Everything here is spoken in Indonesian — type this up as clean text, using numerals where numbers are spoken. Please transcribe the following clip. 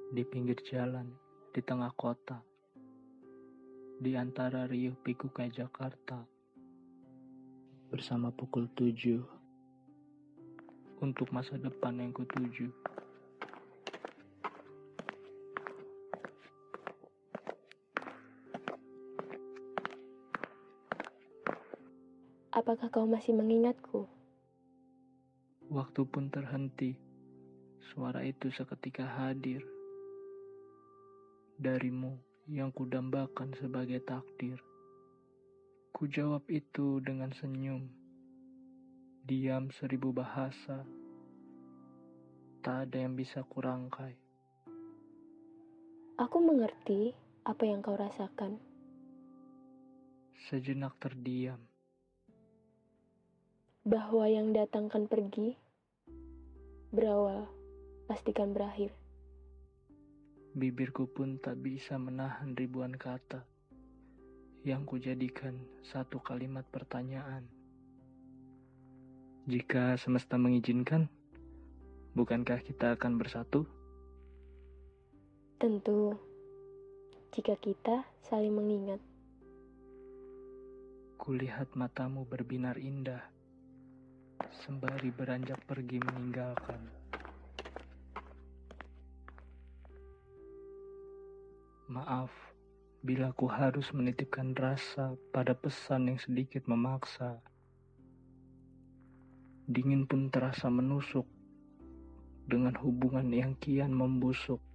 di pinggir jalan, di tengah kota, di antara riuh pikuk kayak Jakarta, bersama pukul 7 untuk masa depan yang kutuju. Apakah kau masih mengingatku? Waktu pun terhenti, suara itu seketika hadir. Darimu yang kudambakan sebagai takdir. Ku jawab itu dengan senyum. Diam 1000 bahasa. Tak ada yang bisa kurangkai. Aku mengerti apa yang kau rasakan. Sejenak terdiam. Bahwa yang datang kan pergi, berawal pastikan berakhir. Bibirku pun tak bisa menahan ribuan kata yang kujadikan satu kalimat pertanyaan. Jika semesta mengizinkan, bukankah kita akan bersatu? Tentu, jika kita saling mengingat. Kulihat matamu berbinar indah, sembari beranjak pergi meninggalkan. Maaf, bila ku harus menitipkan rasa pada pesan yang sedikit memaksa. Dingin pun terasa menusuk, dengan hubungan yang kian membusuk.